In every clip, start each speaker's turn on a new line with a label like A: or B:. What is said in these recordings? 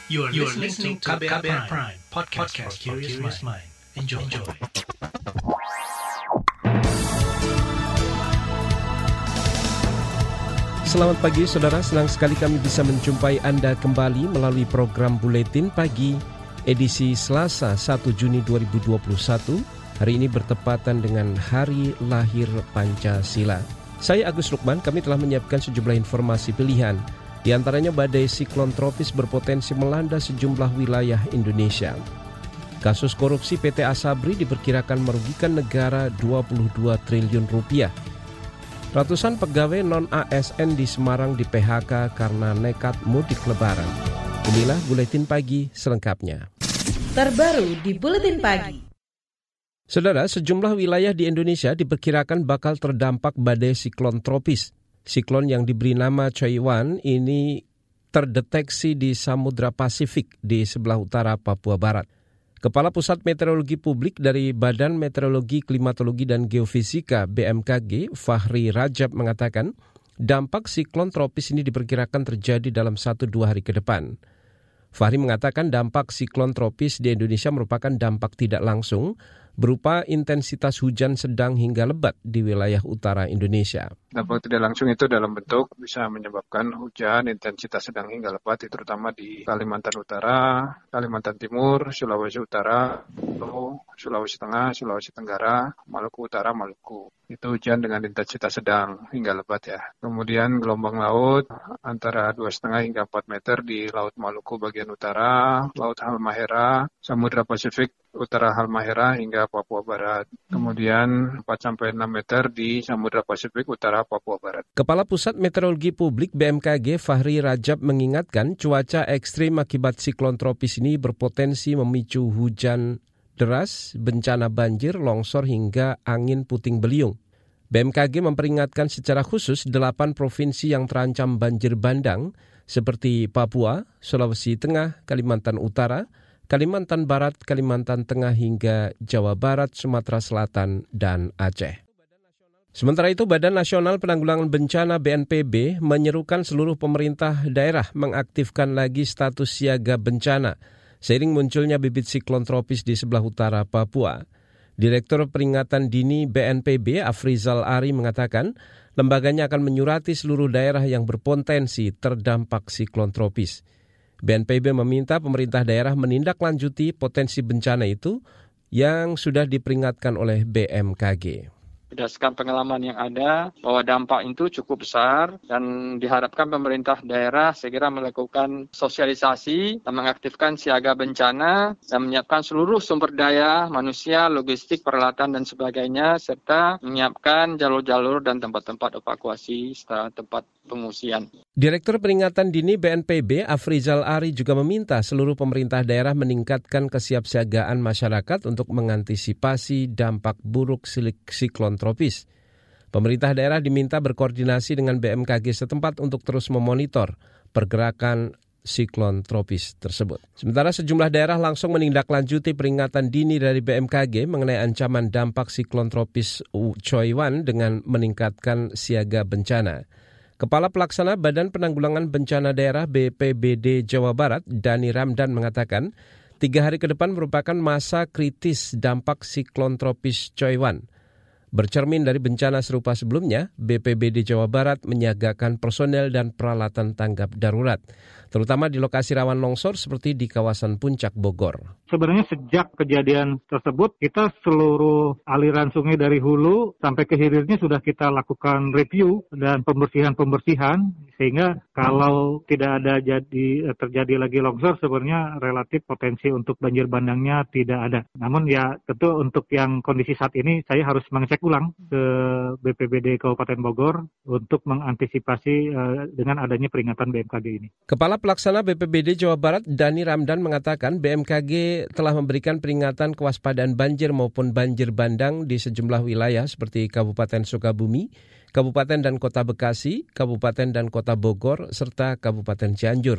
A: You are listening to KBR Prime, podcast for curious mind. Enjoy.
B: Selamat pagi saudara, senang sekali kami bisa menjumpai Anda kembali melalui program Buletin Pagi edisi Selasa 1 Juni 2021. Hari ini bertepatan dengan Hari Lahir Pancasila. Saya Agus Lukman, kami telah menyiapkan sejumlah informasi pilihan. Di antaranya badai siklon tropis berpotensi melanda sejumlah wilayah Indonesia. Kasus korupsi PT Asabri diperkirakan merugikan negara 22 triliun rupiah. Ratusan pegawai non-ASN di Semarang di PHK karena nekat mudik lebaran. Inilah Buletin Pagi selengkapnya.
C: Terbaru di Buletin Pagi.
B: Saudara, sejumlah wilayah di Indonesia diperkirakan bakal terdampak badai siklon tropis. Siklon yang diberi nama Choiwan ini terdeteksi di Samudra Pasifik di sebelah utara Papua Barat. Kepala Pusat Meteorologi Publik dari Badan Meteorologi, Klimatologi dan Geofisika BMKG, Fahri Rajab mengatakan, dampak siklon tropis ini diperkirakan terjadi dalam 1-2 hari ke depan. Fahri mengatakan dampak siklon tropis di Indonesia merupakan dampak tidak langsung berupa intensitas hujan sedang hingga lebat di wilayah utara Indonesia.
D: Dampak tidak langsung itu dalam bentuk bisa menyebabkan hujan intensitas sedang hingga lebat, terutama di Kalimantan Utara, Kalimantan Timur, Sulawesi Utara, Sulawesi Tengah, Sulawesi Tenggara, Maluku Utara, Maluku. Itu hujan dengan intensitas sedang hingga lebat ya. Kemudian gelombang laut antara 2,5 hingga 4 meter di Laut Maluku bagian utara, Laut Halmahera, Samudra Pasifik Utara Halmahera hingga Papua Barat. Kemudian 4-6 meter di Samudra Pasifik Utara Papua Barat.
B: Kepala Pusat Meteorologi Publik BMKG Fahri Rajab mengingatkan cuaca ekstrim akibat siklon tropis ini berpotensi memicu hujan deras, bencana banjir, longsor hingga angin puting beliung. BMKG memperingatkan secara khusus 8 provinsi yang terancam banjir bandang seperti Papua, Sulawesi Tengah, Kalimantan Utara, Kalimantan Barat, Kalimantan Tengah hingga Jawa Barat, Sumatera Selatan, dan Aceh. Sementara itu, Badan Nasional Penanggulangan Bencana BNPB menyerukan seluruh pemerintah daerah mengaktifkan lagi status siaga bencana seiring munculnya bibit siklon tropis di sebelah utara Papua. Direktur Peringatan Dini BNPB Afrizal Ari mengatakan lembaganya akan menyurati seluruh daerah yang berpotensi terdampak siklon tropis. BNPB meminta pemerintah daerah menindaklanjuti potensi bencana itu yang sudah diperingatkan oleh BMKG.
E: Berdasarkan pengalaman yang ada, bahwa dampak itu cukup besar dan diharapkan pemerintah daerah segera melakukan sosialisasi dan mengaktifkan siaga bencana dan menyiapkan seluruh sumber daya, manusia, logistik, peralatan dan sebagainya, serta menyiapkan jalur-jalur dan tempat-tempat evakuasi serta tempat pengungsian.
B: Direktur Peringatan Dini BNPB Afrizal Ari juga meminta seluruh pemerintah daerah meningkatkan kesiapsiagaan masyarakat untuk mengantisipasi dampak buruk siklon tropis. Pemerintah daerah diminta berkoordinasi dengan BMKG setempat untuk terus memonitor pergerakan siklon tropis tersebut. Sementara sejumlah daerah langsung menindaklanjuti peringatan dini dari BMKG mengenai ancaman dampak siklon tropis Choiwan dengan meningkatkan siaga bencana. Kepala Pelaksana Badan Penanggulangan Bencana Daerah BPBD Jawa Barat, Dani Ramdan mengatakan, 3 hari ke depan merupakan masa kritis dampak siklon tropis Choiwan. Bercermin dari bencana serupa sebelumnya, BPBD Jawa Barat menyiagakan personel dan peralatan tanggap darurat, terutama di lokasi rawan longsor seperti di kawasan Puncak Bogor.
F: Sebenarnya sejak kejadian tersebut, kita seluruh aliran sungai dari hulu sampai ke hilirnya sudah kita lakukan review dan pembersihan, sehingga kalau tidak ada terjadi lagi longsor, sebenarnya relatif potensi untuk banjir bandangnya tidak ada. Namun ya tentu untuk yang kondisi saat ini, saya harus mengecek ulang ke BPBD Kabupaten Bogor untuk mengantisipasi dengan adanya peringatan BMKG ini.
B: Kepala Pelaksana BPBD Jawa Barat, Dani Ramdan mengatakan BMKG telah memberikan peringatan kewaspadaan banjir maupun banjir bandang di sejumlah wilayah seperti Kabupaten Sukabumi, Kabupaten dan Kota Bekasi, Kabupaten dan Kota Bogor, serta Kabupaten Cianjur.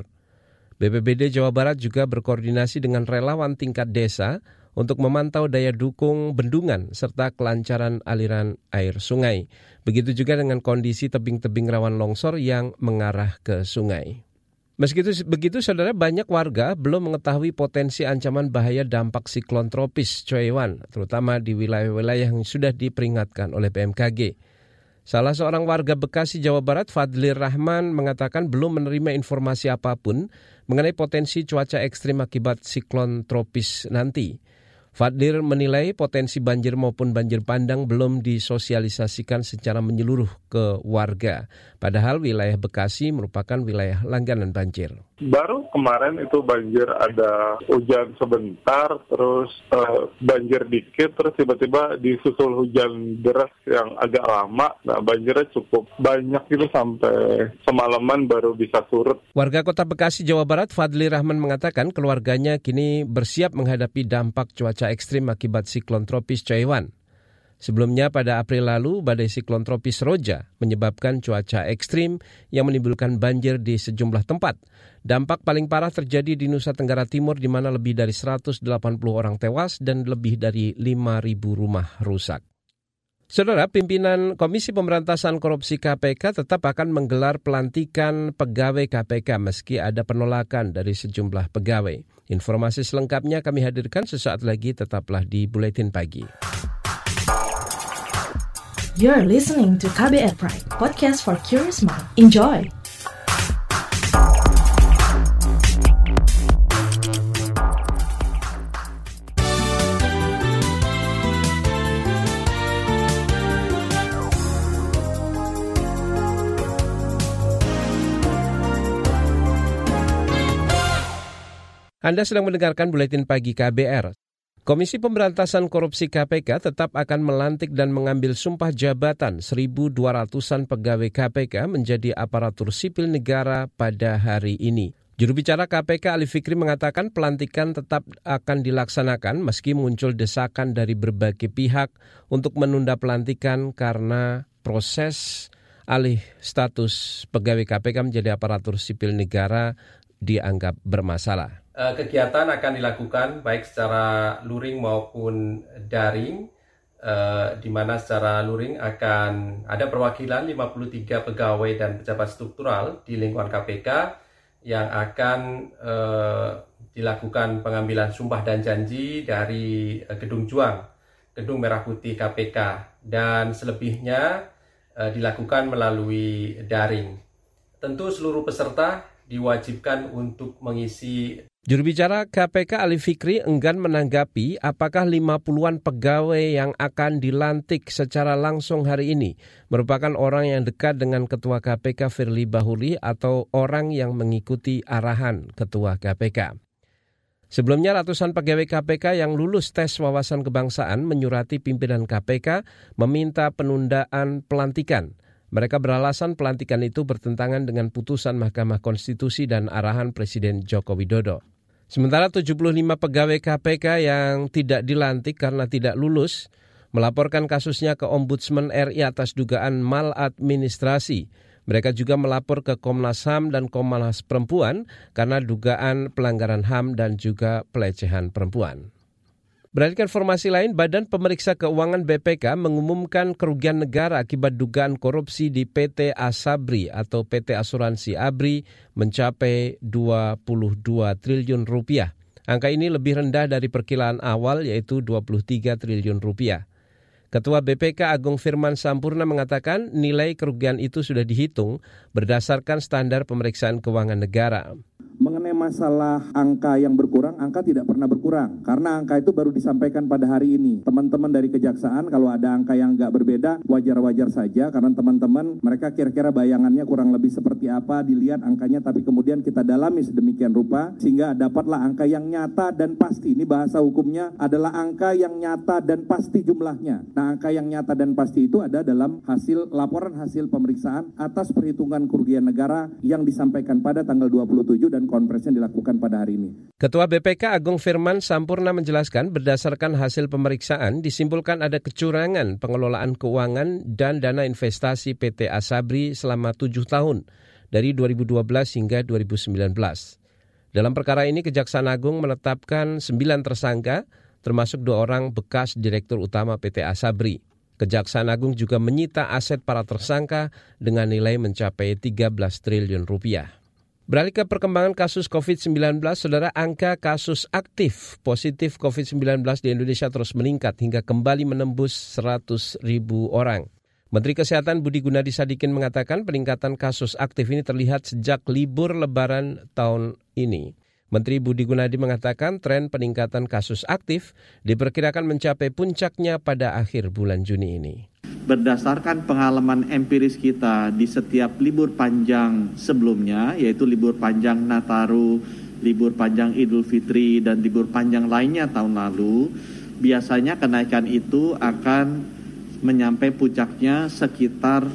B: BPBD Jawa Barat juga berkoordinasi dengan relawan tingkat desa untuk memantau daya dukung bendungan serta kelancaran aliran air sungai. Begitu juga dengan kondisi tebing-tebing rawan longsor yang mengarah ke sungai. Meski begitu, saudara, banyak warga belum mengetahui potensi ancaman bahaya dampak siklon tropis Choewan, terutama di wilayah-wilayah yang sudah diperingatkan oleh BMKG. Salah seorang warga Bekasi, Jawa Barat, Fadlir Rahman, mengatakan belum menerima informasi apapun mengenai potensi cuaca ekstrim akibat siklon tropis nanti. Fadlir menilai potensi banjir maupun banjir bandang belum disosialisasikan secara menyeluruh ke warga. Padahal wilayah Bekasi merupakan wilayah langganan banjir.
G: Baru kemarin itu banjir, ada hujan sebentar, terus banjir dikit, terus tiba-tiba disusul hujan deras yang agak lama. Nah, banjirnya cukup banyak itu sampai semalaman baru bisa surut.
B: Warga Kota Bekasi, Jawa Barat, Fadli Rahman mengatakan keluarganya kini bersiap menghadapi dampak cuaca ekstrim akibat siklon tropis Choewan. Sebelumnya pada April lalu, badai siklon tropis Roja menyebabkan cuaca ekstrim yang menimbulkan banjir di sejumlah tempat. Dampak paling parah terjadi di Nusa Tenggara Timur di mana lebih dari 180 orang tewas dan lebih dari 5.000 rumah rusak. Saudara, pimpinan Komisi Pemberantasan Korupsi KPK tetap akan menggelar pelantikan pegawai KPK meski ada penolakan dari sejumlah pegawai. Informasi selengkapnya kami hadirkan sesaat lagi, tetaplah di Buletin Pagi.
C: You're listening to KBR Pride, podcast for curious mind. Enjoy!
B: Anda sedang mendengarkan Buletin Pagi KBR. Komisi Pemberantasan Korupsi KPK tetap akan melantik dan mengambil sumpah jabatan 1.200-an pegawai KPK menjadi aparatur sipil negara pada hari ini. Juru bicara KPK Ali Fikri mengatakan pelantikan tetap akan dilaksanakan meski muncul desakan dari berbagai pihak untuk menunda pelantikan karena proses alih status pegawai KPK menjadi aparatur sipil negara dianggap bermasalah.
H: Kegiatan akan dilakukan baik secara luring maupun daring, di mana secara luring akan ada perwakilan 53 pegawai dan pejabat struktural di lingkungan KPK yang akan dilakukan pengambilan sumpah dan janji dari Gedung Juang, Gedung Merah Putih KPK, dan selebihnya dilakukan melalui daring. Tentu seluruh peserta diwajibkan untuk mengisi.
B: Juru bicara KPK Ali Fikri enggan menanggapi apakah 50-an pegawai yang akan dilantik secara langsung hari ini merupakan orang yang dekat dengan Ketua KPK Firly Bahuri atau orang yang mengikuti arahan Ketua KPK. Sebelumnya ratusan pegawai KPK yang lulus tes wawasan kebangsaan menyurati pimpinan KPK meminta penundaan pelantikan. Mereka beralasan pelantikan itu bertentangan dengan putusan Mahkamah Konstitusi dan arahan Presiden Joko Widodo. Sementara 75 pegawai KPK yang tidak dilantik karena tidak lulus melaporkan kasusnya ke Ombudsman RI atas dugaan maladministrasi. Mereka juga melapor ke Komnas HAM dan Komnas Perempuan karena dugaan pelanggaran HAM dan juga pelecehan perempuan. Beralih ke informasi lain, Badan Pemeriksa Keuangan BPK mengumumkan kerugian negara akibat dugaan korupsi di PT Asabri atau PT Asuransi ABRI mencapai 22 triliun rupiah. Angka ini lebih rendah dari perkiraan awal yaitu 23 triliun rupiah. Ketua BPK Agung Firman Sampurna mengatakan nilai kerugian itu sudah dihitung berdasarkan standar pemeriksaan keuangan negara.
I: Mengenai masalah angka yang berkurang, angka tidak pernah berkurang. Karena angka itu baru disampaikan pada hari ini. Teman-teman dari Kejaksaan, kalau ada angka yang nggak berbeda, wajar-wajar saja. Karena teman-teman, mereka kira-kira bayangannya kurang lebih seperti apa, dilihat angkanya, tapi kemudian kita dalami sedemikian rupa, sehingga dapatlah angka yang nyata dan pasti. Ini bahasa hukumnya adalah angka yang nyata dan pasti jumlahnya. Nah, angka yang nyata dan pasti itu ada dalam laporan hasil pemeriksaan atas perhitungan kerugian negara yang disampaikan pada tanggal 27 dan konferensi yang dilakukan pada hari ini.
B: Ketua BPK Agung Firman Sampurna menjelaskan berdasarkan hasil pemeriksaan disimpulkan ada kecurangan pengelolaan keuangan dan dana investasi PT Asabri selama 7 tahun dari 2012 hingga 2019. Dalam perkara ini Kejaksaan Agung menetapkan 9 tersangka termasuk 2 orang bekas Direktur Utama PT Asabri. Kejaksaan Agung juga menyita aset para tersangka dengan nilai mencapai 13 triliun rupiah. Beralih ke perkembangan kasus COVID-19, saudara, angka kasus aktif positif COVID-19 di Indonesia terus meningkat hingga kembali menembus 100.000 orang. Menteri Kesehatan Budi Gunadi Sadikin mengatakan peningkatan kasus aktif ini terlihat sejak libur Lebaran tahun ini. Menteri Budi Gunadi mengatakan tren peningkatan kasus aktif diperkirakan mencapai puncaknya pada akhir bulan Juni ini.
J: Berdasarkan pengalaman empiris kita di setiap libur panjang sebelumnya, yaitu libur panjang Nataru, libur panjang Idul Fitri, dan libur panjang lainnya tahun lalu, biasanya kenaikan itu akan menyampai puncaknya sekitar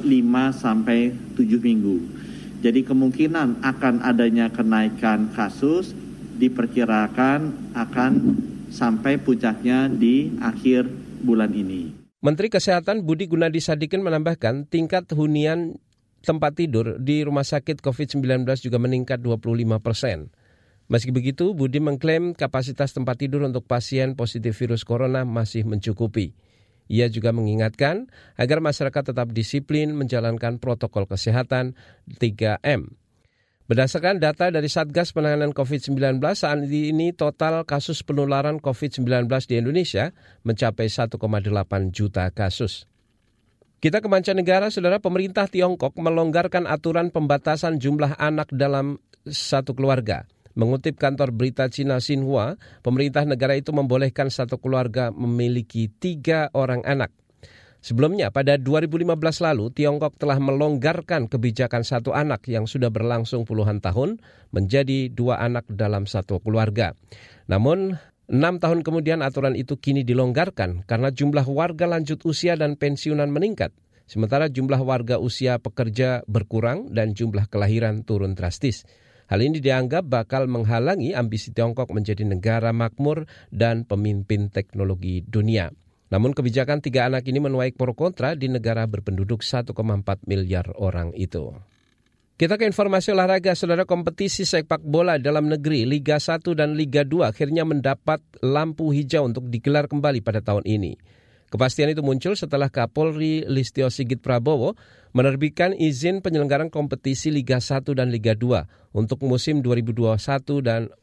J: 5-7 minggu. Jadi kemungkinan akan adanya kenaikan kasus diperkirakan akan sampai puncaknya di akhir bulan ini.
B: Menteri Kesehatan Budi Gunadi Sadikin menambahkan tingkat hunian tempat tidur di rumah sakit COVID-19 juga meningkat 25%. Meski begitu, Budi mengklaim kapasitas tempat tidur untuk pasien positif virus corona masih mencukupi. Ia juga mengingatkan agar masyarakat tetap disiplin menjalankan protokol kesehatan 3M. Berdasarkan data dari Satgas Penanganan COVID-19, saat ini total kasus penularan COVID-19 di Indonesia mencapai 1,8 juta kasus. Kita ke mancanegara, saudara. Pemerintah Tiongkok melonggarkan aturan pembatasan jumlah anak dalam satu keluarga. Mengutip kantor berita Cina Xinhua, pemerintah negara itu membolehkan satu keluarga memiliki 3 orang anak. Sebelumnya, pada 2015 lalu, Tiongkok telah melonggarkan kebijakan satu anak yang sudah berlangsung puluhan tahun menjadi 2 anak dalam satu keluarga. Namun, 6 tahun kemudian aturan itu kini dilonggarkan karena jumlah warga lanjut usia dan pensiunan meningkat. Sementara jumlah warga usia pekerja berkurang dan jumlah kelahiran turun drastis. Hal ini dianggap bakal menghalangi ambisi Tiongkok menjadi negara makmur dan pemimpin teknologi dunia. Namun kebijakan 3 anak ini menuai pro kontra di negara berpenduduk 1,4 miliar orang itu. Kita ke informasi olahraga, saudara. Kompetisi sepak bola dalam negeri Liga 1 dan Liga 2 akhirnya mendapat lampu hijau untuk digelar kembali pada tahun ini. Kepastian itu muncul setelah Kapolri Listio Sigit Prabowo menerbitkan izin penyelenggaraan kompetisi Liga 1 dan Liga 2 untuk musim 2021 dan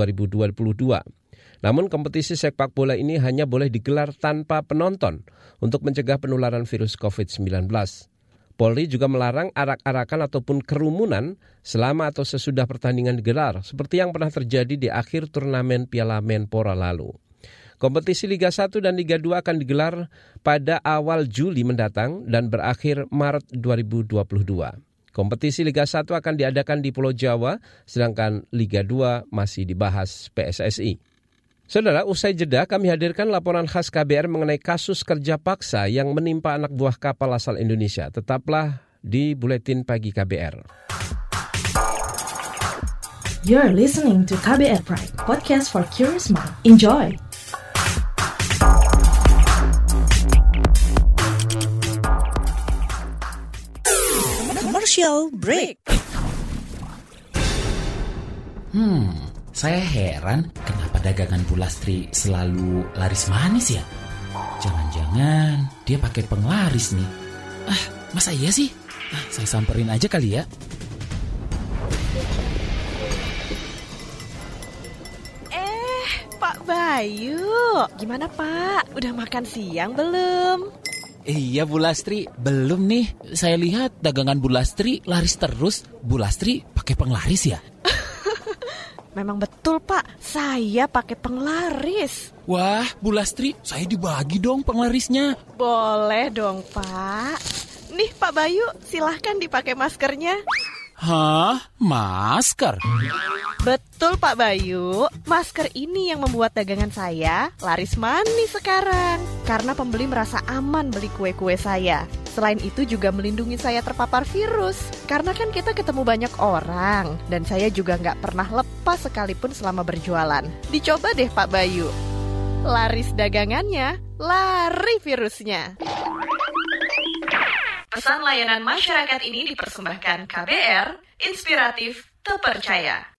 B: 2022. Namun kompetisi sepak bola ini hanya boleh digelar tanpa penonton untuk mencegah penularan virus COVID-19. Polri juga melarang arak-arakan ataupun kerumunan selama atau sesudah pertandingan digelar, seperti yang pernah terjadi di akhir turnamen Piala Menpora lalu. Kompetisi Liga 1 dan Liga 2 akan digelar pada awal Juli mendatang dan berakhir Maret 2022. Kompetisi Liga 1 akan diadakan di Pulau Jawa, sedangkan Liga 2 masih dibahas PSSI. Saudara, usai jeda kami hadirkan laporan khas KBR mengenai kasus kerja paksa yang menimpa anak buah kapal asal Indonesia. Tetaplah di Buletin Pagi KBR.
C: You're listening to KBR Pride, podcast for curious mind. Enjoy!
K: Commercial break. Saya heran kenapa dagangan Bu Lastri selalu laris manis ya? Jangan-jangan dia pakai penglaris nih. Masa iya sih? Saya samperin aja kali ya.
L: Pak Bayu, gimana Pak? Udah makan siang belum?
K: Iya Bu Lastri, belum nih. Saya lihat dagangan Bu Lastri laris terus. Bu Lastri pakai penglaris ya?
L: Memang betul Pak, saya pakai penglaris.
K: Wah, Bu Lastri, saya dibagi dong penglarisnya.
L: Boleh dong Pak. Nih Pak Bayu, silahkan dipakai maskernya.
K: Hah? Masker?
L: Betul Pak Bayu, masker ini yang membuat dagangan saya laris manis sekarang. Karena pembeli merasa aman beli kue-kue saya. Selain itu juga melindungi saya terpapar virus. Karena kan kita ketemu banyak orang. Dan saya juga gak pernah lepas sekalipun selama berjualan. Dicoba deh Pak Bayu. Laris dagangannya, lari virusnya. Pesan layanan masyarakat ini dipersembahkan KBR, inspiratif, terpercaya.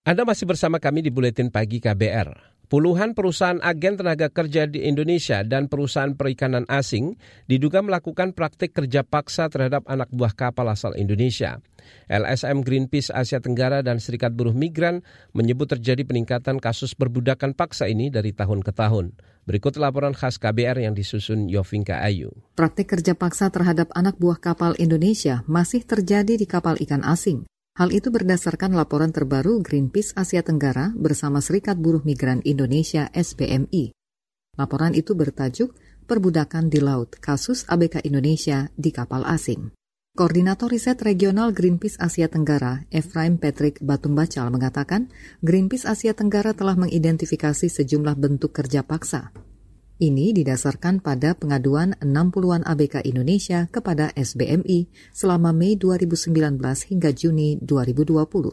B: Anda masih bersama kami di Buletin Pagi KBR. Puluhan perusahaan agen tenaga kerja di Indonesia dan perusahaan perikanan asing diduga melakukan praktik kerja paksa terhadap anak buah kapal asal Indonesia. LSM Greenpeace Asia Tenggara dan Serikat Buruh Migran menyebut terjadi peningkatan kasus perbudakan paksa ini dari tahun ke tahun. Berikut laporan khas KBR yang disusun Yovinka Ayu.
M: Praktik kerja paksa terhadap anak buah kapal Indonesia masih terjadi di kapal ikan asing. Hal itu berdasarkan laporan terbaru Greenpeace Asia Tenggara bersama Serikat Buruh Migran Indonesia SBMI. Laporan itu bertajuk Perbudakan di Laut, Kasus ABK Indonesia di Kapal Asing. Koordinator Riset Regional Greenpeace Asia Tenggara, Ephraim Patrick Batung Bacal mengatakan, Greenpeace Asia Tenggara telah mengidentifikasi sejumlah bentuk kerja paksa. Ini didasarkan pada pengaduan 60-an ABK Indonesia kepada SBMI selama Mei 2019 hingga Juni 2020.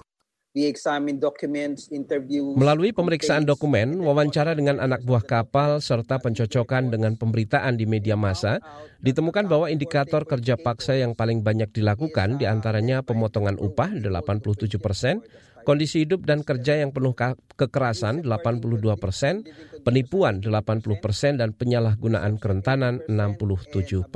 B: Melalui pemeriksaan dokumen, wawancara dengan anak buah kapal, serta pencocokan dengan pemberitaan di media massa, ditemukan bahwa indikator kerja paksa yang paling banyak dilakukan diantaranya pemotongan upah 87%, kondisi hidup dan kerja yang penuh kekerasan 82%, penipuan 80%, dan penyalahgunaan kerentanan 67%.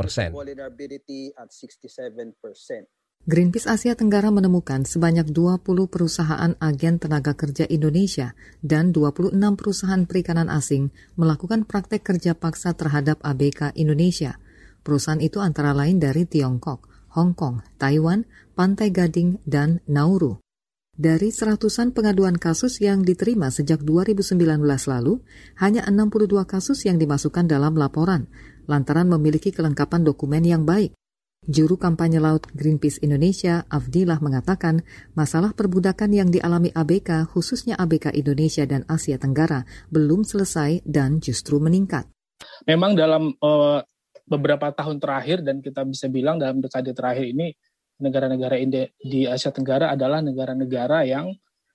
M: Greenpeace Asia Tenggara menemukan sebanyak 20 perusahaan agen tenaga kerja Indonesia dan 26 perusahaan perikanan asing melakukan praktek kerja paksa terhadap ABK Indonesia. Perusahaan itu antara lain dari Tiongkok, Hong Kong, Taiwan, Pantai Gading, dan Nauru. Dari seratusan pengaduan kasus yang diterima sejak 2019 lalu, hanya 62 kasus yang dimasukkan dalam laporan, lantaran memiliki kelengkapan dokumen yang baik. Juru kampanye laut Greenpeace Indonesia, Afdilah, mengatakan masalah perbudakan yang dialami ABK, khususnya ABK Indonesia dan Asia Tenggara, belum selesai dan justru meningkat.
N: Memang dalam beberapa tahun terakhir, dan kita bisa bilang dalam dekade terakhir ini, negara-negara di Asia Tenggara adalah negara-negara yang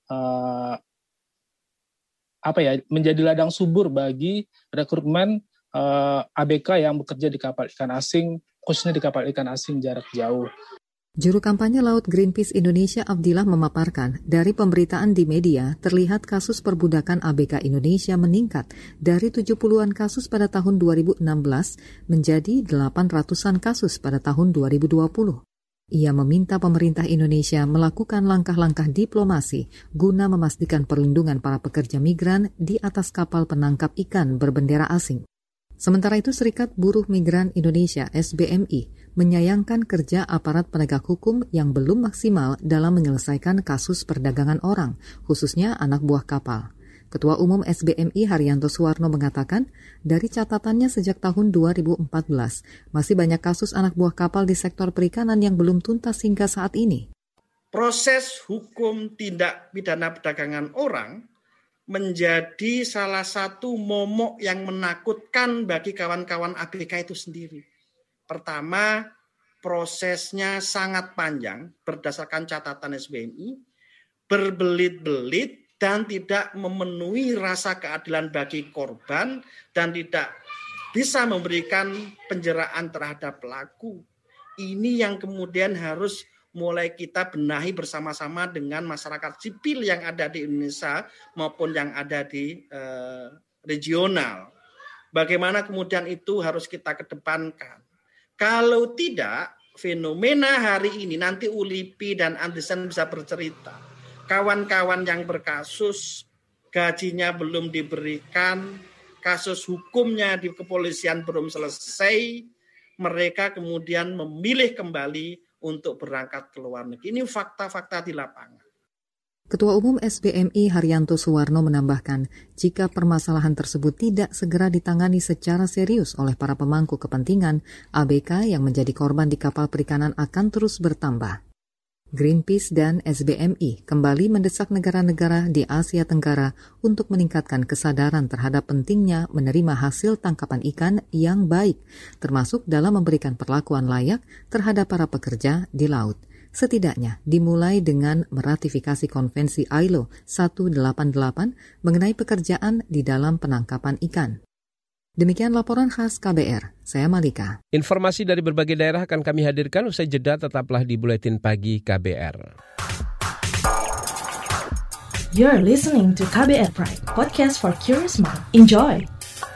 N: menjadi ladang subur bagi rekrutmen ABK yang bekerja di kapal ikan asing, khususnya di kapal ikan asing jarak jauh.
M: Juru kampanye laut Greenpeace Indonesia Abdillah memaparkan, dari pemberitaan di media terlihat kasus perbudakan ABK Indonesia meningkat dari 70-an kasus pada tahun 2016 menjadi 800-an kasus pada tahun 2020. Ia meminta pemerintah Indonesia melakukan langkah-langkah diplomasi guna memastikan perlindungan para pekerja migran di atas kapal penangkap ikan berbendera asing. Sementara itu, Serikat Buruh Migran Indonesia (SBMI) menyayangkan kerja aparat penegak hukum yang belum maksimal dalam menyelesaikan kasus perdagangan orang, khususnya anak buah kapal. Ketua Umum SBMI Haryanto Suwarno mengatakan, dari catatannya sejak tahun 2014, masih banyak kasus anak buah kapal di sektor perikanan yang belum tuntas hingga saat ini.
O: Proses hukum tindak pidana perdagangan orang menjadi salah satu momok yang menakutkan bagi kawan-kawan ABK itu sendiri. Pertama, prosesnya sangat panjang berdasarkan catatan SBMI, berbelit-belit, dan tidak memenuhi rasa keadilan bagi korban dan tidak bisa memberikan penjeraan terhadap pelaku. Ini yang kemudian harus mulai kita benahi bersama-sama dengan masyarakat sipil yang ada di Indonesia maupun yang ada di regional. Bagaimana kemudian itu harus kita kedepankan. Kalau tidak, fenomena hari ini nanti Ulipi dan Andresen bisa bercerita. Kawan-kawan yang berkasus, gajinya belum diberikan, kasus hukumnya di kepolisian belum selesai, mereka kemudian memilih kembali untuk berangkat ke luar negeri. Ini fakta-fakta di lapangan.
M: Ketua Umum SBMI Haryanto Suwarno menambahkan, jika permasalahan tersebut tidak segera ditangani secara serius oleh para pemangku kepentingan, ABK yang menjadi korban di kapal perikanan akan terus bertambah. Greenpeace dan SBMI kembali mendesak negara-negara di Asia Tenggara untuk meningkatkan kesadaran terhadap pentingnya menerima hasil tangkapan ikan yang baik, termasuk dalam memberikan perlakuan layak terhadap para pekerja di laut. Setidaknya dimulai dengan meratifikasi Konvensi ILO 188 mengenai pekerjaan di dalam penangkapan ikan. Demikian laporan khas KBR, saya Malika.
B: Informasi dari berbagai daerah akan kami hadirkan usai jeda, tetaplah di Buletin Pagi KBR.
C: You're listening to KBR Prime, podcast for curious mind. Enjoy!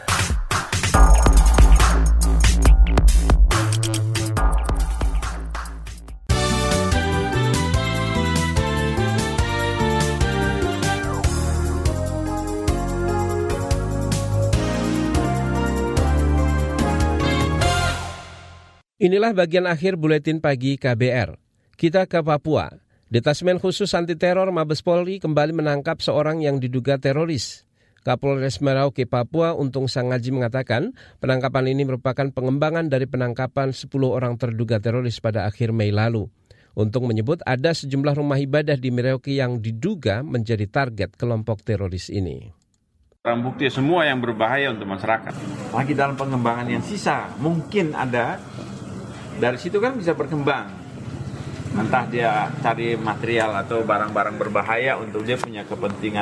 B: Inilah bagian akhir buletin pagi KBR. Kita ke Papua. Detasmen Khusus Anti Teror Mabes Polri kembali menangkap seorang yang diduga teroris. Kapolres Merauke, Papua, Untung Sangaji mengatakan penangkapan ini merupakan pengembangan dari penangkapan 10 orang terduga teroris pada akhir Mei lalu. Untung menyebut ada sejumlah rumah ibadah di Merauke yang diduga menjadi target kelompok teroris ini.
P: Barang bukti semua yang berbahaya untuk masyarakat. Lagi dalam pengembangan yang sisa, mungkin ada. Dari situ kan bisa berkembang. Entah dia cari material atau barang-barang berbahaya untuk dia punya kepentingan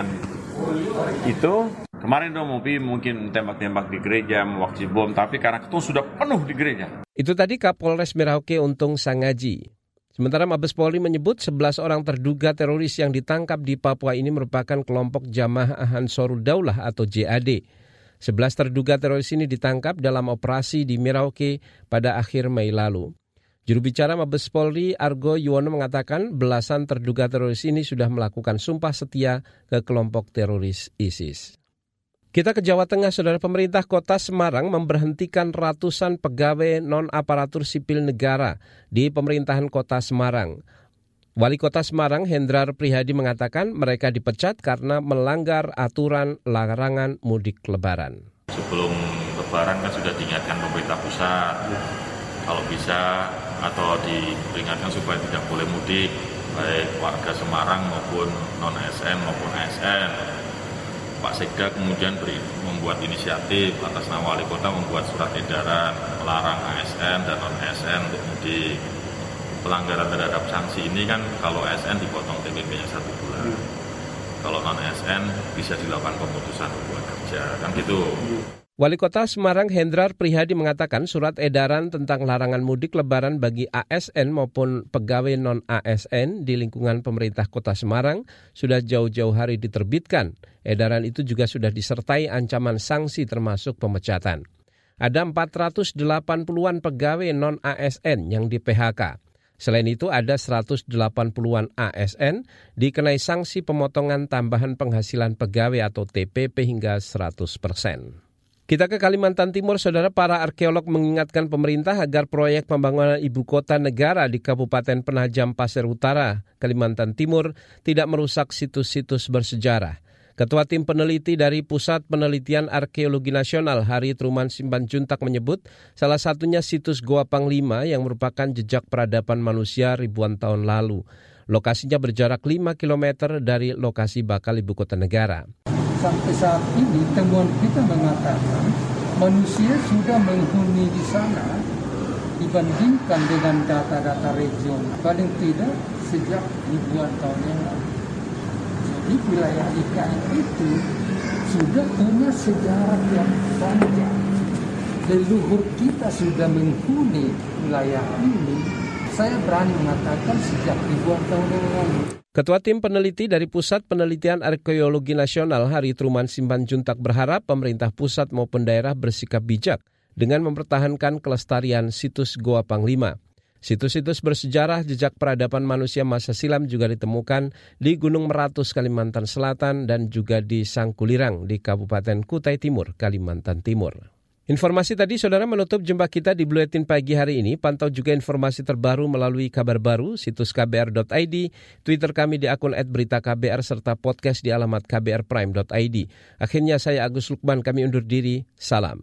P: itu. Kemarin dong mungkin tembak-tembak di gereja, mewakili bom, tapi karena itu sudah penuh di gereja.
B: Itu tadi Kapolres Merauke Untung Sangaji. Sementara Mabes Polri menyebut 11 orang terduga teroris yang ditangkap di Papua ini merupakan kelompok Jamaah Ansarud Daulah atau JAD. 11 terduga teroris ini ditangkap dalam operasi di Merauke pada akhir Mei lalu. Juru bicara Mabes Polri Argo Yuwono mengatakan belasan terduga teroris ini sudah melakukan sumpah setia ke kelompok teroris ISIS. Kita ke Jawa Tengah, saudara. Pemerintah Kota Semarang memberhentikan ratusan pegawai non-aparatur sipil negara di pemerintahan Kota Semarang. Wali Kota Semarang Hendrar Prihadi mengatakan mereka dipecat karena melanggar aturan larangan mudik lebaran.
Q: Sebelum lebaran kan sudah diingatkan pemerintah pusat, kalau bisa atau diperingatkan supaya tidak boleh mudik, baik warga Semarang maupun non-ASN maupun ASN. Pak Sekda kemudian membuat inisiatif atas nama Wali Kota membuat surat edaran melarang ASN dan non-ASN untuk mudik. Pelanggaran terhadap sanksi ini kan kalau ASN dipotong TPP-nya 1 bulan. Kalau non-ASN bisa dilakukan pemutusan hubungan kerja, kan gitu.
B: Wali Kota Semarang Hendrar Prihadi mengatakan surat edaran tentang larangan mudik lebaran bagi ASN maupun pegawai non-ASN di lingkungan pemerintah Kota Semarang sudah jauh-jauh hari diterbitkan. Edaran itu juga sudah disertai ancaman sanksi termasuk pemecatan. Ada 480-an pegawai non-ASN yang di-PHK. Selain itu ada 180-an ASN dikenai sanksi pemotongan tambahan penghasilan pegawai atau TPP hingga 100%. Kita ke Kalimantan Timur, saudara. Para arkeolog mengingatkan pemerintah agar proyek pembangunan ibu kota negara di Kabupaten Penajam Pasir Utara, Kalimantan Timur tidak merusak situs-situs bersejarah. Ketua Tim Peneliti dari Pusat Penelitian Arkeologi Nasional Hari Truman Simpanjuntak menyebut salah satunya situs Goa Panglima yang merupakan jejak peradaban manusia ribuan tahun lalu. Lokasinya berjarak 5 km dari lokasi bakal ibu kota negara.
R: Sampai saat ini temuan kita mengatakan manusia sudah menghuni di sana dibandingkan dengan data-data regional. Paling tidak sejak ribuan tahun yang lalu. Di wilayah IKN itu sudah punya sejarah yang panjang. Leluhur kita sudah menghuni wilayah ini. Saya berani mengatakan sejak ribuan tahun yang lalu.
B: Ketua Tim Peneliti dari Pusat Penelitian Arkeologi Nasional Hari Truman Simpanjuntak berharap pemerintah pusat maupun daerah bersikap bijak dengan mempertahankan kelestarian situs Goa Panglima. Situs-situs bersejarah jejak peradaban manusia masa silam juga ditemukan di Gunung Meratus, Kalimantan Selatan dan juga di Sangkulirang di Kabupaten Kutai Timur, Kalimantan Timur. Informasi tadi, saudara, menutup jumpa kita di Buletin Pagi hari ini. Pantau juga informasi terbaru melalui kabar baru, situs kbr.id, Twitter kami di akun @beritaKBR, serta podcast di alamat kbrprime.id. Akhirnya saya Agus Lukman, kami undur diri. Salam.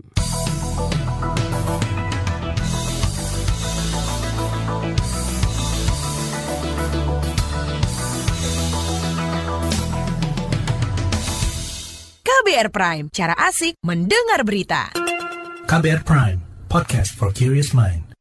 S: KBR Prime, cara asik mendengar berita.
A: KBR Prime, podcast for curious mind.